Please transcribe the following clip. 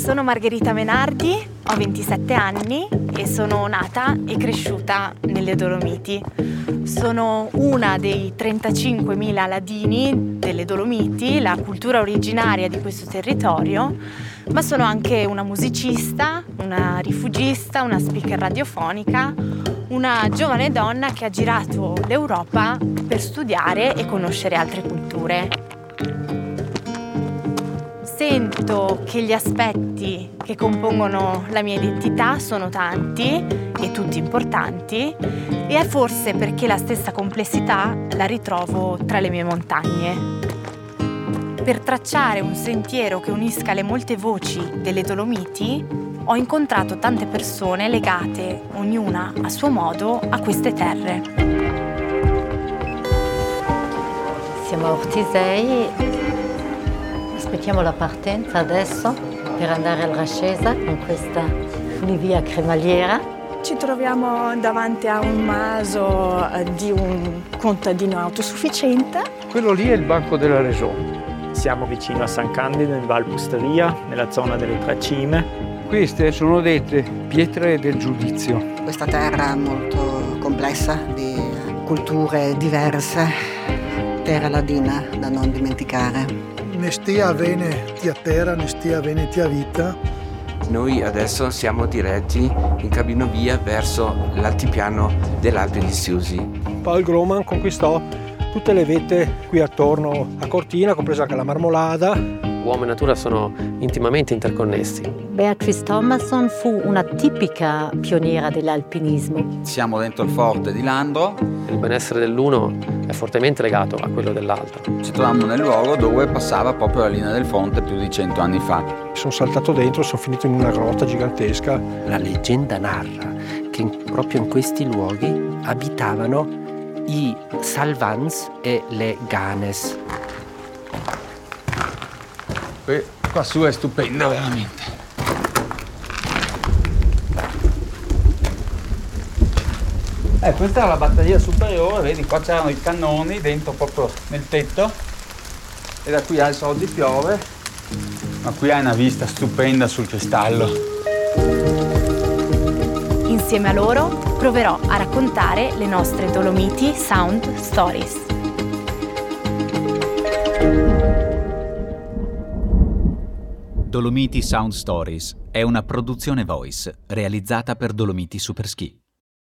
sono Margherita Menardi, ho 27 anni e sono nata e cresciuta nelle Dolomiti. Sono una dei 35.000 ladini delle Dolomiti, la cultura originaria di questo territorio, ma sono anche una musicista, una rifugista, una speaker radiofonica, una giovane donna che ha girato l'Europa per studiare e conoscere altre culture. Sento che gli aspetti che compongono la mia identità sono tanti e tutti importanti, e è forse perché la stessa complessità la ritrovo tra le mie montagne. Per tracciare un sentiero che unisca le molte voci delle Dolomiti, ho incontrato tante persone legate, ognuna a suo modo, a queste terre. Siamo a Ortisei. Aspettiamo la partenza adesso per andare al Rascesa con questa funivia cremaliera. Ci troviamo davanti a un maso di un contadino autosufficiente. Quello lì è il Banco della Regione. Siamo vicino a San Candido, in Val Pusteria, nella zona delle Tre Cime. Queste sono dette pietre del giudizio. Questa terra molto complessa, di culture diverse, terra ladina da non dimenticare. Ne stia bene tia terra, ne stia bene tia vita. Noi adesso siamo diretti in cabinovia verso l'altipiano dell'Alpe di Siusi. Paul Groman conquistò tutte le vette qui attorno a Cortina, compresa anche la Marmolada. Uomo e natura sono intimamente interconnessi. Beatrice Thomason fu una tipica pioniera dell'alpinismo. Siamo dentro il forte di Landro. Il benessere dell'uno è fortemente legato a quello dell'altro. Ci troviamo nel luogo dove passava proprio la linea del fronte più di 100 anni fa. Sono saltato dentro e sono finito in una grotta gigantesca. La leggenda narra che proprio in questi luoghi abitavano i Salvans e le Ganes. Qua su è stupenda veramente. Questa è la batteria superiore, vedi qua c'erano i cannoni dentro proprio nel tetto e da qui alza oggi piove. Ma qui hai una vista stupenda sul cristallo. Insieme a loro proverò a raccontare le nostre Dolomiti Sound Stories. Dolomiti Sound Stories è una produzione Voice realizzata per Dolomiti Superski.